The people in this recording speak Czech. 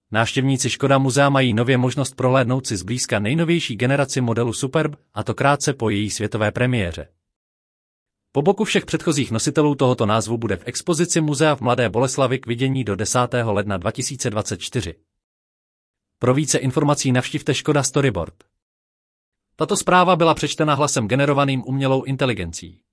Návštěvníci Škoda muzea mají nově možnost prohlédnout si zblízka nejnovější generaci modelu Superb, a to krátce po její světové premiéře. Po boku všech předchozích nositelů tohoto názvu bude v expozici muzea v Mladé Boleslavi k vidění do 10. ledna 2024. Pro více informací navštivte Škoda Storyboard. Tato zpráva byla přečtena hlasem generovaným umělou inteligencí.